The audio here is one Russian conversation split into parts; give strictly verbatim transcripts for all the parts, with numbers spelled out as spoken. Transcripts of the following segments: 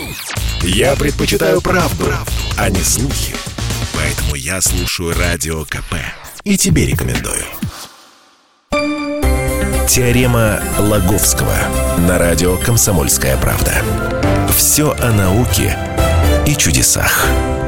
Я предпочитаю правду, правду, а не слухи. Поэтому я слушаю Радио КП. И тебе рекомендую. Теорема Лаговского на радио «Комсомольская правда». Все о науке и чудесах.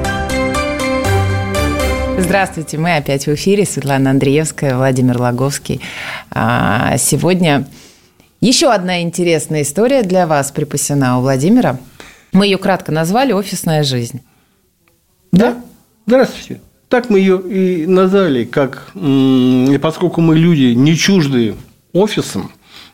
Здравствуйте, мы опять в эфире. Светлана Андреевская, Владимир Лаговский. Сегодня еще одна интересная история для вас припасена у Владимира. Мы ее кратко назвали «Офисная жизнь». Да, да? Здравствуйте. Так мы ее и назвали, как, и поскольку мы люди не чуждые офисом,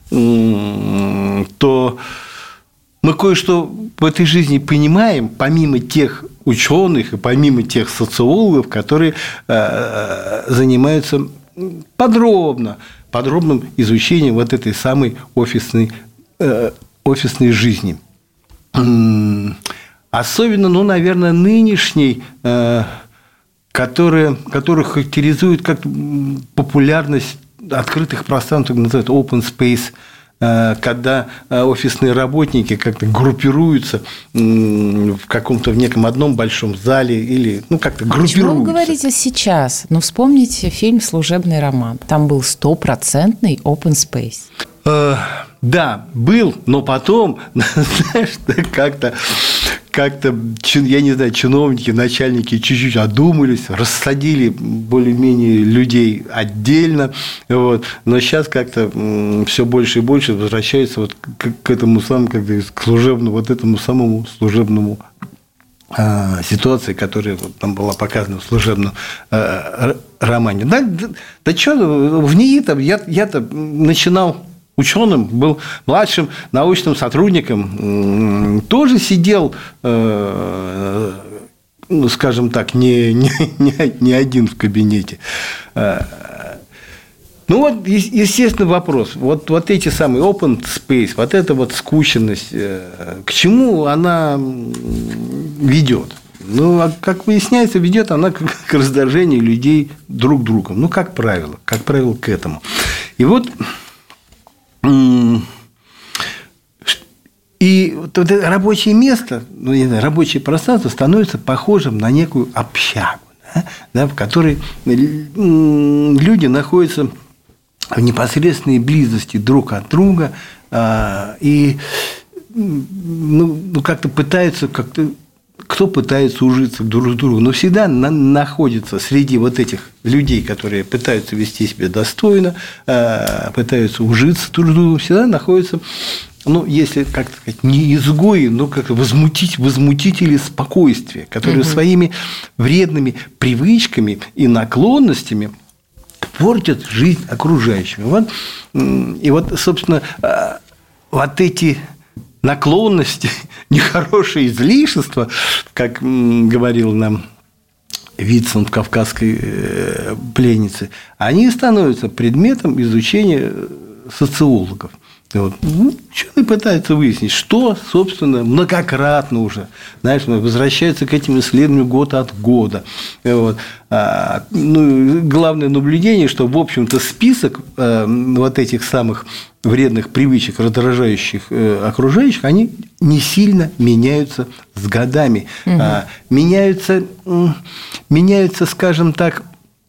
то мы кое-что в этой жизни понимаем, помимо тех ученых и помимо тех социологов, которые занимаются подробно, подробным изучением вот этой самой офисной, офисной жизни. Особенно, ну, наверное, нынешней, которая, которую характеризует как популярность открытых пространств, так называют open space, когда офисные работники как-то группируются в каком-то в неком одном большом зале или ну, как-то группируются. Почему вы говорите сейчас? Ну, вспомните фильм «Служебный роман». Там был стопроцентный open space. Да, был, но потом, знаешь, как-то, как-то, я не знаю, чиновники, начальники чуть-чуть одумались, рассадили более-менее людей отдельно, вот, но сейчас как-то все больше и больше возвращаются вот к, к этому самому, как бы, к служебному, вот этому самому служебному а, ситуации, которая вот, там была показана в служебном а, романе. Да, да, да что, в ней там я, я-то начинал ученым, был младшим научным сотрудником, тоже сидел, ну, скажем так, не, не, не один в кабинете. Ну, вот, естественно, вопрос. Вот, вот эти самые open space, вот эта вот скученность, к чему она ведет? Ну, как выясняется, ведет она к раздражению людей друг другом. Ну, как правило, как правило, к этому. И вот И вот это рабочее место, ну, не знаю, рабочее пространство становится похожим на некую общагу, да, да, в которой люди находятся в непосредственной близости друг от друга а, и ну, ну, как-то пытаются как-то. Кто пытается ужиться друг к другу, но всегда находится среди вот этих людей, которые пытаются вести себя достойно, пытаются ужиться друг к другу, всегда находятся, ну, если, как сказать, не изгои, но как возмутить, возмутители спокойствия, которые угу. своими вредными привычками и наклонностями портят жизнь окружающим. Вот, и вот, собственно, вот эти наклонности, нехорошие излишества, как говорил нам Вицин в «Кавказской пленнице», они становятся предметом изучения социологов. Вот. Ну, ученые пытаются выяснить, что, собственно, многократно уже, знаешь, возвращаются к этим исследованиям год от года. Вот. А, ну, главное наблюдение, что, в общем-то, список а, вот этих самых вредных привычек, раздражающих э, окружающих, они не сильно меняются с годами. Угу. А, меняются, меняются, скажем так,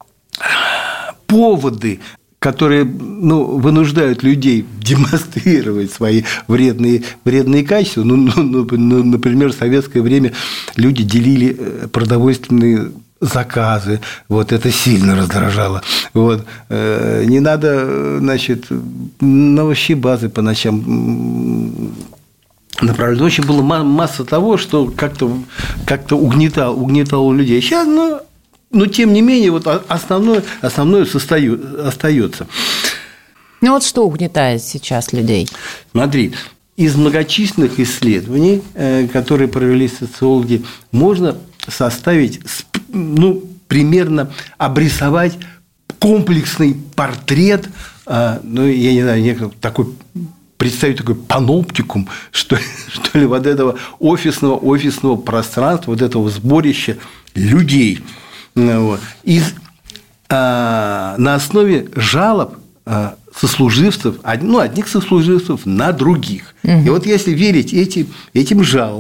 поводы, которые ну, вынуждают людей демонстрировать свои вредные, вредные качества. Ну, ну, ну, например, в советское время люди делили продовольственные заказы. Вот это сильно раздражало. Вот. Не надо, значит, на овощебазы по ночам направлять. Очень было масса того, что как-то, как-то угнетало, угнетало людей. Сейчас, ну, но, тем не менее, вот основное, основное остается. Ну, вот что угнетает сейчас людей? Смотри, из многочисленных исследований, которые провели социологи, можно составить, ну, примерно обрисовать комплексный портрет, ну, я не знаю, такой, представить такой паноптикум, что, что ли, вот этого офисного, офисного пространства, вот этого сборища людей. Вот. И а, на основе жалоб а, сослуживцев, ну, одних сослуживцев на других. Угу. И вот если верить этим, этим жалобам,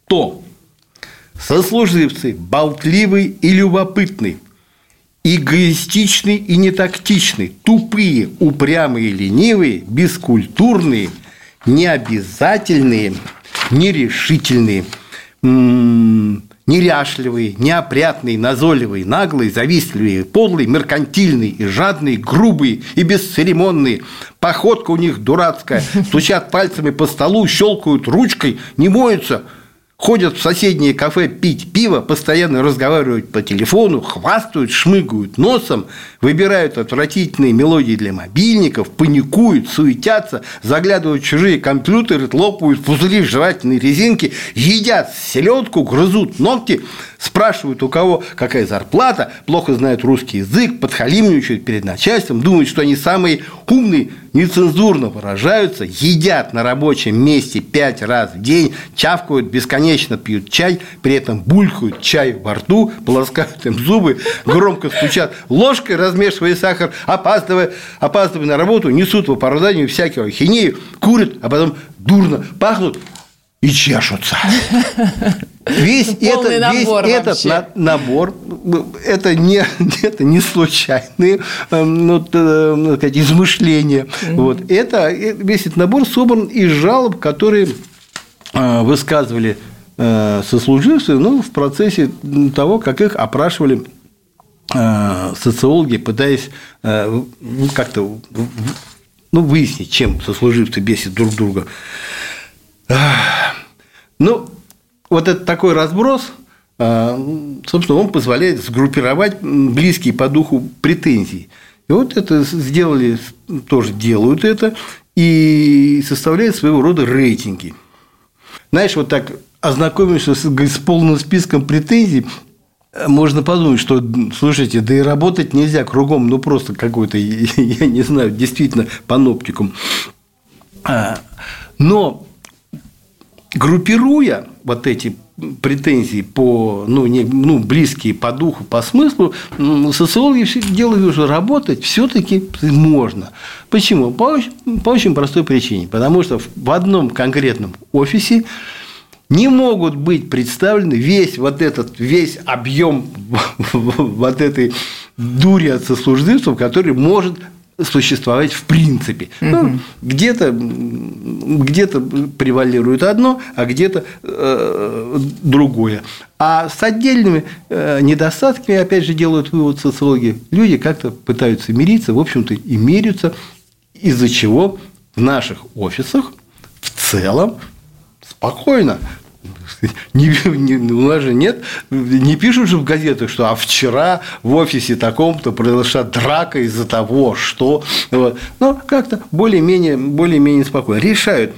что сослуживцы болтливый и любопытный, эгоистичный и нетактичный, тупые, упрямые, ленивые, бескультурные, необязательные, нерешительные, м- неряшливые, неопрятные, назойливые, наглые, завистливые, подлые, меркантильные и жадные, грубые и бесцеремонные. Походка у них дурацкая, стучат пальцами по столу, щелкают ручкой, не моются, ходят в соседнее кафе пить пиво, постоянно разговаривают по телефону, хвастают, шмыгают носом, выбирают отвратительные мелодии для мобильников, паникуют, суетятся, заглядывают в чужие компьютеры, лопают пузыри жевательной резинки, едят селедку, грызут ногти, спрашивают, у кого какая зарплата, плохо знают русский язык, подхалимничают перед начальством, думают, что они самые умные, нецензурно выражаются, едят на рабочем месте пять раз в день, чавкают, бесконечно пьют чай, при этом булькают чай во рту, полоскают им зубы, громко стучат ложкой, размешивая сахар, опаздывая, опаздывая на работу, несут в оправданию всякого ахинею, курят, а потом дурно пахнут и чешутся. Весь, это, весь этот на, набор, это не, это не случайные ну, так сказать, измышления. Mm-hmm. Вот. Это, весь этот набор собран из жалоб, которые высказывали сослуживцы, ну, в процессе того, как их опрашивали социологи, пытаясь как-то ну, выяснить, чем сослуживцы бесят друг друга. Ну, вот этот такой разброс, собственно, он позволяет сгруппировать близкие по духу претензии. И вот это сделали, тоже делают это, и составляют своего рода рейтинги. Знаешь, вот так ознакомившись с полным списком претензий, можно подумать, что, слушайте, да и работать нельзя кругом, ну, просто какой-то, я не знаю, действительно, паноптикум. Но группируя вот эти претензии по, ну, не, ну, близкие по духу, по смыслу, социологи делают уже работать все-таки можно. Почему? По очень, по очень простой причине. Потому что в одном конкретном офисе не могут быть представлены весь вот этот, весь объем вот этой дури от сослуживцев, который может существовать в принципе. Угу. Ну, где-то, где-то превалирует одно, а где-то э, другое. А с отдельными э, недостатками, опять же, делают вывод социологи, люди как-то пытаются мириться, в общем-то, и мирятся, из-за чего в наших офисах в целом спокойно. Не, не, у нас же нет, не пишут же в газетах, что а вчера в офисе таком-то произошла драка из-за того, что. Вот. Но как-то более-менее, более-менее спокойно. Решают,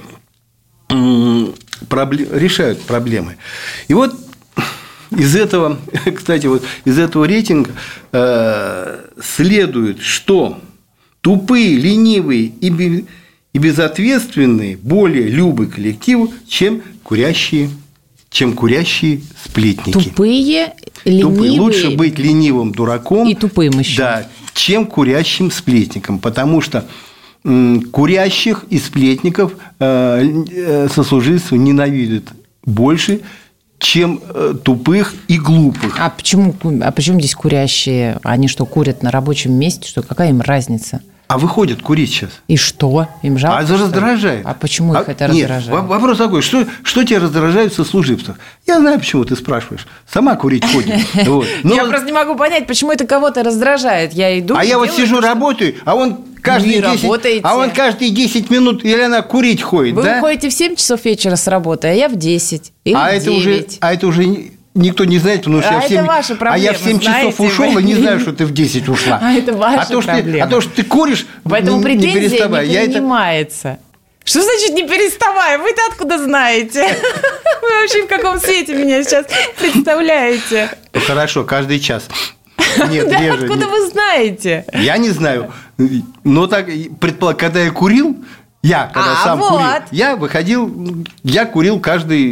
проблем, решают проблемы. И вот из этого, кстати, вот из этого рейтинга э, следует, что тупые, ленивые и, и безответственные более любы коллективу, чем курящие. чем курящие сплетники. Тупые, ленивые. Тупые. Лучше быть ленивым дураком. И тупым еще. Да, чем курящим сплетником. Потому что м, курящих и сплетников э, сослуживцы ненавидят больше, чем э, тупых и глупых. А почему, а почему здесь курящие? Они что, курят на рабочем месте? Что, какая им разница? А выходят курить сейчас. И что? Им жалко? А это раздражает. А почему их а, это нет, раздражает? Вопрос такой, что, что тебя раздражает в сослуживцах? Я знаю, почему ты спрашиваешь. Сама курить ходит. Я просто не могу понять, почему это кого-то раздражает. Я иду. А я вот сижу, работаю, а он каждые десять, а он каждые десять минут или она курить ходит. Вы выходите в семь часов вечера с работы, а я в десять. А это уже, а это уже никто не знает, потому что а я в семь, ваша проблема, а я в семь часов ушел вы... и не знаю, что ты в десять ушла. А это ваша а то, проблема. Ты, а то, что ты куришь, поэтому не, претензия не переставай. не принимается. Это... Что значит не переставай? Вы-то откуда знаете? Вы вообще в каком свете меня сейчас представляете? Ну, хорошо, каждый час. Нет, да, реже, откуда нет. Вы знаете? Я не знаю. Но так, предполагаю, когда я курил, я, когда а, сам вот. курил, я выходил, я курил каждый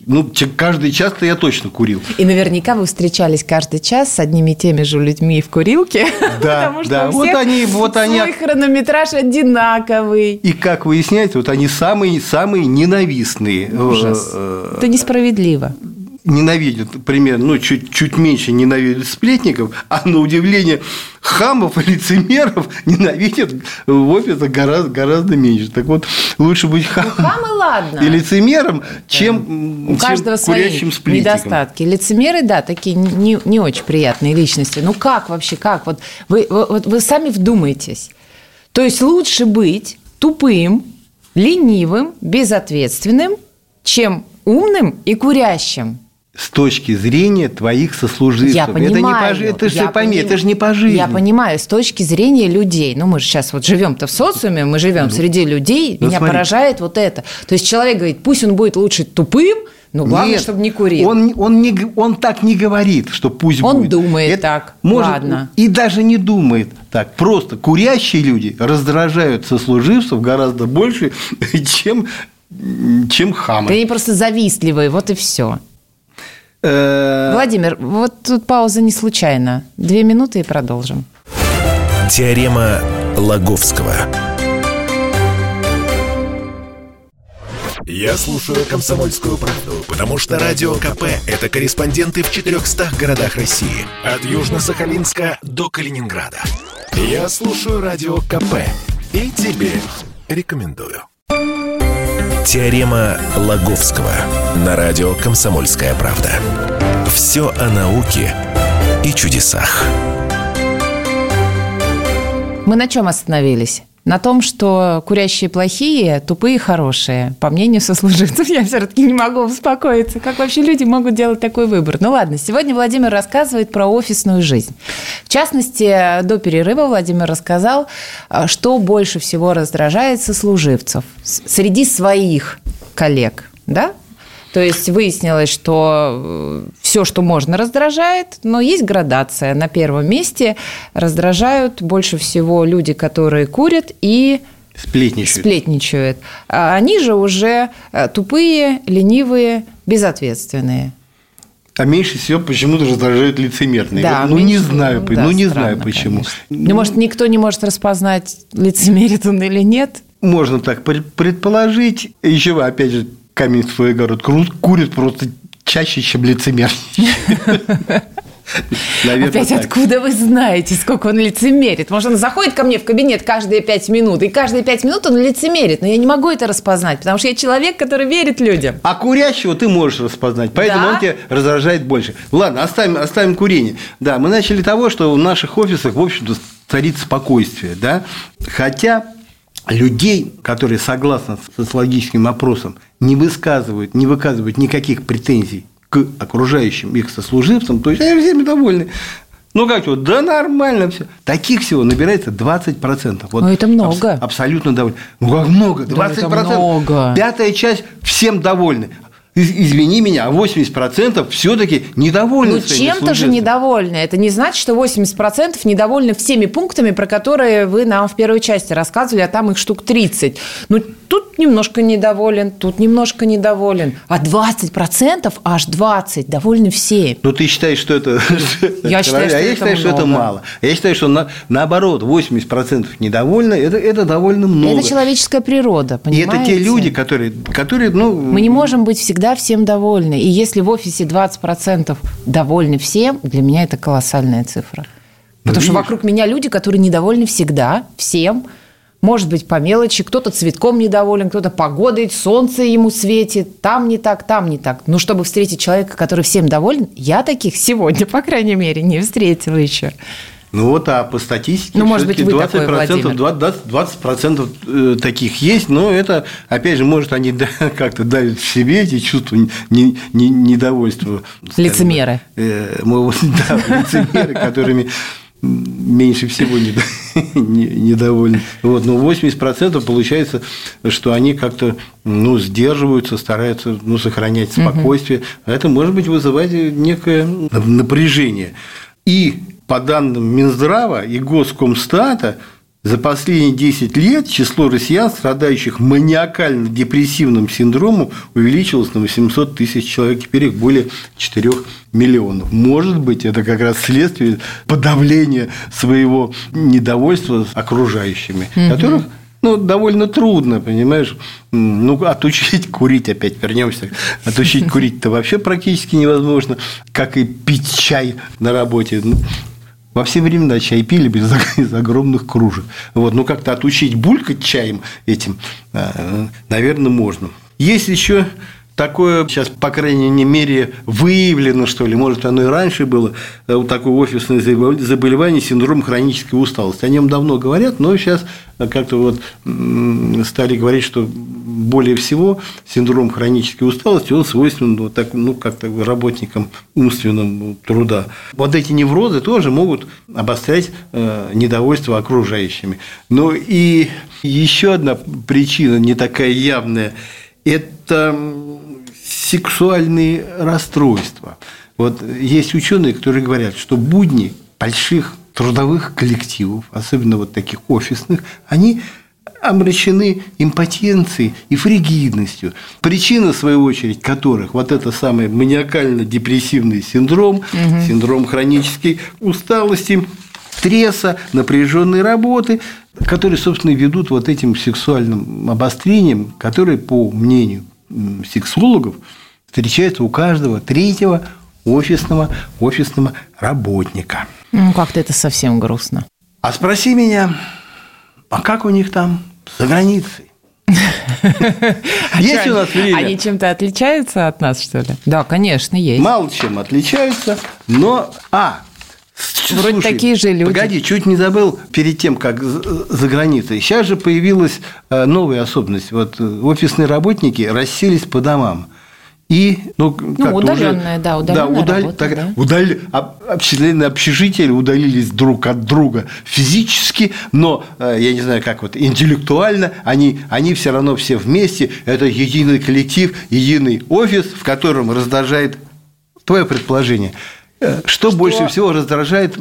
Ну, каждый час-то я точно курил. И наверняка вы встречались каждый час с одними и теми же людьми в курилке. Да, потому что да. у Вот всех они, вот свой они. хронометраж одинаковый. И как выясняется, вот они самые-самые ненавистные. Ужас. Это несправедливо. Ненавидят, примерно, ну, чуть, чуть меньше ненавидят сплетников, а на удивление хамов и лицемеров ненавидят в офисах гораздо, гораздо меньше. Так вот, лучше быть хамом ну, хамы, ладно. и лицемером, чем, у каждого чем курящим свои сплетником. Недостатки. Лицемеры, да, такие не, не очень приятные личности. Ну, как вообще, как? Вот вы, вот вы сами вдумайтесь. То есть, лучше быть тупым, ленивым, безответственным, чем умным и курящим. С точки зрения твоих сослуживцев. Я понимаю. Это, не по, это, же, пойми, поним... это же не по жизни. Я понимаю, с точки зрения людей. Ну, мы же сейчас вот живем-то в социуме, мы живем ну, среди людей. Ну, меня смотри. Поражает вот это. То есть, человек говорит, пусть он будет лучше тупым, но главное, Нет, чтобы не курил. Он, он, не, он так не говорит, что пусть он будет. Он думает это так, может, ладно. И даже не думает так. Просто курящие люди раздражают сослуживцев гораздо больше, чем, чем хамы. Да они просто завистливые, вот и все. Владимир, вот тут пауза не случайно. Две минуты и продолжим. Теорема Лаговского. Я слушаю «Комсомольскую правду», потому что Радио КП – это корреспонденты в четырехстах городах России. От Южно-Сахалинска до Калининграда. Я слушаю Радио КП и тебе рекомендую. Теорема Лаговского на радио «Комсомольская правда». Все о науке и чудесах. Мы на чем остановились? На том, что курящие плохие, тупые хорошие. По мнению сослуживцев, я все-таки не могу успокоиться. Как вообще люди могут делать такой выбор? Ну ладно, сегодня Владимир рассказывает про офисную жизнь. В частности, до перерыва Владимир рассказал, что больше всего раздражает сослуживцев среди своих коллег, да? То есть выяснилось, что все, что можно, раздражает, но есть градация. На первом месте раздражают больше всего люди, которые курят и сплетничают. сплетничают. А они же уже тупые, ленивые, безответственные. А меньше всего почему-то раздражают лицемерные. Да, ну, меньше, не знаю, ну, да, ну, не странно, знаю почему. Конечно. Ну, может, никто не может распознать, лицемерит он или нет? Можно так предположить. Еще, опять же, камень в свой огород. Курит просто чаще, чем лицемер. Наверное, опять так. Откуда вы знаете, сколько он лицемерит? Может, он заходит ко мне в кабинет каждые пять минут, и каждые пять минут он лицемерит, но я не могу это распознать, потому что я человек, который верит людям. А курящего ты можешь распознать, поэтому да? он тебя раздражает больше. Ладно, оставим, оставим курение. Да, мы начали с того, что в наших офисах, в общем-то, царит спокойствие, да, хотя людей, которые согласно социологическим опросам не высказывают, не выказывают никаких претензий к окружающим их сослуживцам, то есть они всеми довольны. Ну, как вот, да нормально все. Таких всего набирается двадцать процентов. Вот, ну, это много. Аб- абсолютно довольны. Ну, как много? двадцать процентов. Да, это много. Пятая часть всем довольны. Извини меня, а восемьдесят процентов все-таки недовольны. Ну, чем-то же недовольны. Это не значит, что восемьдесят процентов недовольны всеми пунктами, про которые вы нам в первой части рассказывали, а там их штук тридцать. Ну, тут немножко недоволен, тут немножко недоволен. А двадцать процентов, аж двадцать, довольны все. Ну, ты считаешь, что это... Я считаю, что а это я считаю, что это мало. Я считаю, что на, наоборот, восемьдесят процентов недовольны, это, это довольно много. Это человеческая природа, понимаете? И это те люди, которые... которые ну... Мы не можем быть всегда всем довольны. И если в офисе двадцать процентов довольны всем, для меня это колоссальная цифра. Потому ну, что вокруг меня люди, которые недовольны всегда, всем. Может быть, по мелочи. Кто-то цветком недоволен, кто-то погодой, солнце ему светит. Там не так, там не так. Но чтобы встретить человека, который всем доволен, я таких сегодня, по крайней мере, не встретила еще. Ну вот, а по статистике ну, может быть, вы двадцать процентов, такой, двадцать, двадцать процентов таких есть, но это, опять же, может, они как-то давят в себе эти чувства не, не, недовольства. Лицемеры. Э, да, лицемеры, которыми меньше всего недовольны. Вот, но восемьдесят процентов получается, что они как-то ну, сдерживаются, стараются ну, сохранять спокойствие. Угу. Это, может быть, вызывать некое напряжение. И по данным Минздрава и Госкомстата, За последние десять лет число россиян, страдающих маниакально-депрессивным синдромом, увеличилось на восемьсот тысяч человек. Теперь их более четырёх миллионов. Может быть, это как раз следствие подавления своего недовольства окружающими, угу. которых ну, довольно трудно, понимаешь. Ну, отучить курить, опять вернемся. Отучить курить-то вообще практически невозможно, как и пить чай на работе. Во все времена чай пили без из огромных кружек. Вот. Ну, как-то отучить булькать чаем этим, наверное, можно. Есть еще такое, сейчас, по крайней мере, выявлено, что ли, может, оно и раньше было, вот такое офисное заболевание, синдром хронической усталости. О нем давно говорят, но сейчас как-то вот стали говорить, что более всего синдром хронической усталости, он свойственен вот так, ну, как-то работникам умственного труда. Вот эти неврозы тоже могут обострять недовольство окружающими. Но и еще одна причина, не такая явная, это сексуальные расстройства. Вот есть ученые, которые говорят, что будни больших трудовых коллективов, особенно вот таких офисных, они омрачены импотенцией и фригидностью. Причина, в свою очередь, которых вот это самый маниакально-депрессивный синдром, угу. синдром хронической усталости, стресса, напряженной работы, которые, собственно, ведут вот этим сексуальным обострением, которые, по мнению сексологов, встречаются у каждого третьего офисного, офисного работника. Ну, как-то это совсем грустно. А спроси меня, а как у них там за границей? Есть у нас время? Они чем-то отличаются от нас, что ли? Да, конечно, есть. Мало чем отличаются, но... А, вроде слушай, такие же люди. Погоди, чуть не забыл перед тем, как за границей. Сейчас же появилась новая особенность. Вот офисные работники расселись по домам. И, ну, ну удаленная, да, удаленная да, удал... работа, так, да. Удали... Члены общежития удалились друг от друга физически, но, я не знаю, как вот, интеллектуально, они, они все равно все вместе. Это единый коллектив, единый офис, в котором раздражает твое предположение. Что, что больше всего раздражает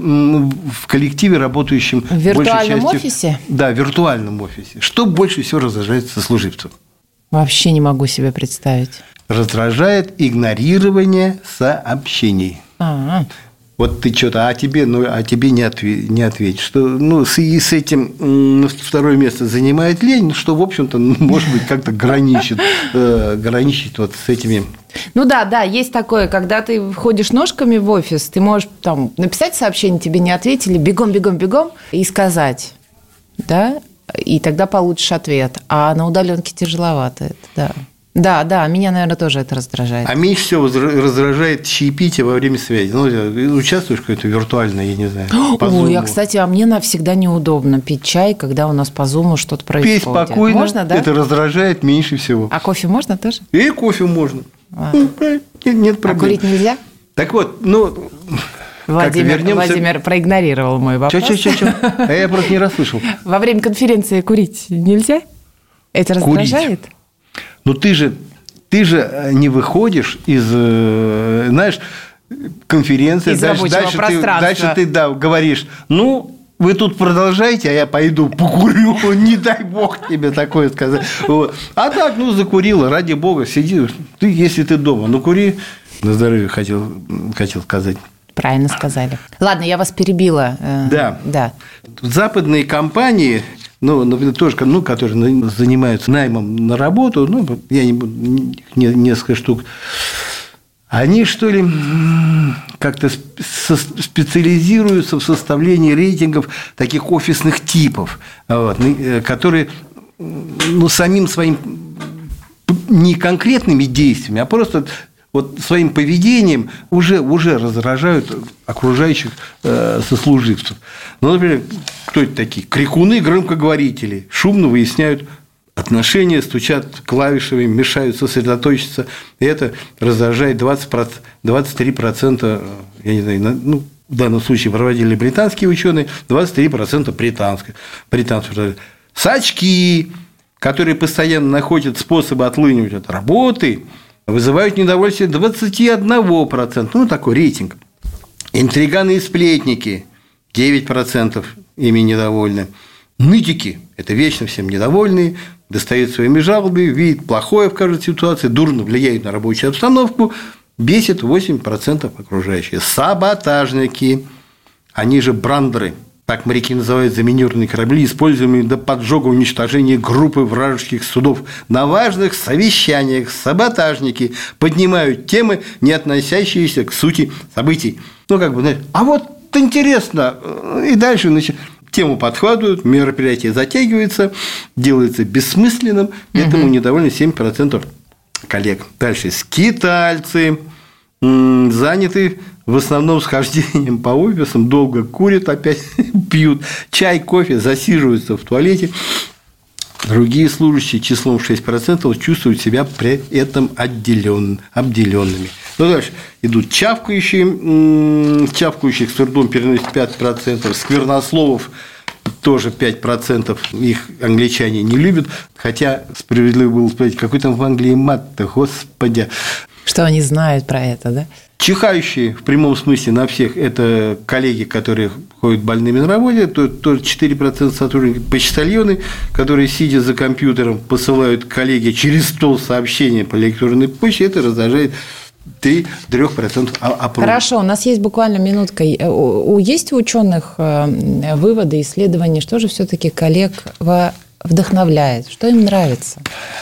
в коллективе, работающем в виртуальном частью... офисе? Да, в виртуальном офисе. Что больше всего раздражает сослуживцев? Вообще не могу себе представить. Раздражает игнорирование сообщений. А-а. Вот ты что-то, а тебе, ну, а тебе не, отве- не ответишь. Что, ну, с, и с этим м, второе место занимает лень, что, в общем-то, может быть, как-то граничит, э, граничит вот с этими... Ну да, да, есть такое, когда ты ходишь ножками в офис, ты можешь там написать сообщение, тебе не ответили, бегом, бегом, бегом, и сказать, да, и тогда получишь ответ. А на удаленке тяжеловато это, да. Да, да, меня, наверное, тоже это раздражает. А меньше всего раздражает чаепитие во время связи. Ну, участвуешь в какой-то виртуальной, я не знаю, по Zoom. Ой, а, кстати, а мне всегда неудобно пить чай, когда у нас по Zoom что-то происходит. Пей спокойно, можно, да? Это раздражает меньше всего. А кофе можно тоже? И кофе можно. Ну, нет проблем. А курить нельзя? Так вот, ну... Владимир, вернемся... Владимир проигнорировал мой вопрос. Чё, чё, чё, чё? А я просто не расслышал. Во время конференции курить нельзя? Это раздражает? Курить. Ну, ты же, ты же не выходишь из, знаешь, конференции. Из дальше, рабочего дальше пространства. Ты, дальше ты, да, говоришь, ну, вы тут продолжайте, а я пойду покурю. Не дай бог тебе такое сказать. Вот. А так, ну, закурила, ради бога, сиди. Ты, если ты дома, ну, кури. На здоровье хотел, хотел сказать. Правильно сказали. Ладно, я вас перебила. Да. Да. Западные компании... Ну, например, тоже, ну, которые занимаются наймом на работу, ну, я не буду, несколько штук, они, что ли, как-то специализируются в составлении рейтингов таких офисных типов, вот, которые, ну, самим своим не конкретными действиями, а просто вот своим поведением уже, уже раздражают окружающих э, сослуживцев. Ну, например, кто это такие? Крикуны, громкоговорители, шумно выясняют отношения, стучат клавишами, мешают сосредоточиться. И это раздражает двадцать, двадцать три процента, я не знаю, ну, в данном случае проводили британские ученые, двадцать три процента британских. британских. Сачки, которые постоянно находят способы отлынивать от работы, вызывают недовольствие двадцать один процент. Ну, такой рейтинг. Интриганы и сплетники – девять процентов ими недовольны. Нытики – это вечно всем недовольные, достают своими жалобами, видят плохое в каждой ситуации, дурно влияют на рабочую обстановку, бесит восемь процентов окружающих. Саботажники, они же брандеры, так моряки называют заминированные корабли, используемые для поджога и уничтожения группы вражеских судов. На важных совещаниях саботажники поднимают темы, не относящиеся к сути событий. Ну, как бы, знаете, а вот интересно, и дальше, значит, тему подхватывают, мероприятие затягивается, делается бессмысленным, этому недовольны семь процентов коллег. Дальше скитальцы, заняты в основном схождением по офисам, долго курят, опять пьют чай, кофе, засиживаются в туалете. Другие служащие числом шесть процентов чувствуют себя при этом отделен, обделенными. Ну, дальше идут чавкающие, чавкающих с трудом переносят пять процентов, сквернословов тоже пять процентов, их англичане не любят, хотя справедливо было сказать, какой там в Англии мат-то, господи. Что они знают про это, да? Чихающие в прямом смысле на всех – это коллеги, которые ходят больными на работе, тоже четыре процента сотрудников, почтальоны, которые, сидя за компьютером, посылают коллеге через стол сообщения по электронной почте, это раздражает три-три процента опроса. Хорошо, у нас есть буквально минутка. Есть у ученых выводы, исследования, что же все-таки коллег вдохновляет, что им нравится?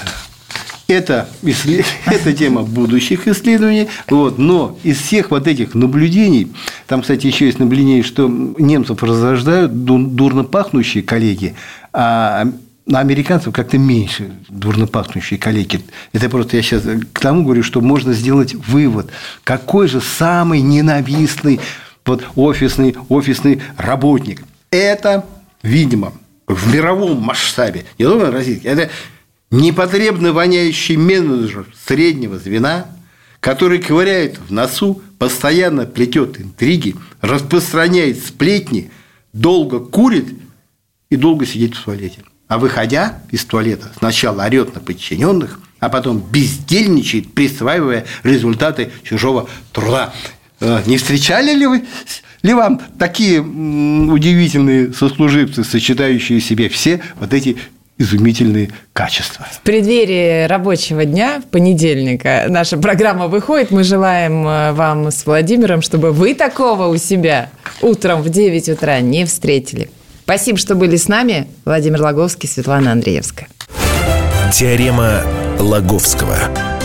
Это, это тема будущих исследований, вот, но из всех вот этих наблюдений, там, кстати, еще есть наблюдение, что немцев раздражают дурно пахнущие коллеги, а американцев как-то меньше дурно пахнущие коллеги. Это просто я сейчас к тому говорю, что можно сделать вывод, какой же самый ненавистный вот, офисный, офисный работник. Это, видимо, в мировом масштабе, не только российский, это непотребно воняющий менеджер среднего звена, который ковыряет в носу, постоянно плетет интриги, распространяет сплетни, долго курит и долго сидит в туалете. А выходя из туалета, сначала орет на подчиненных, а потом бездельничает, присваивая результаты чужого труда. Не встречали ли вы ли вам такие удивительные сослуживцы, сочетающие в себе все вот эти изумительные качества? В преддверии рабочего дня, понедельника, наша программа выходит. Мы желаем вам с Владимиром, чтобы вы такого у себя утром в девять утра не встретили. Спасибо, что были с нами. Владимир Логовский, Светлана Андреевская. Теорема Лаговского.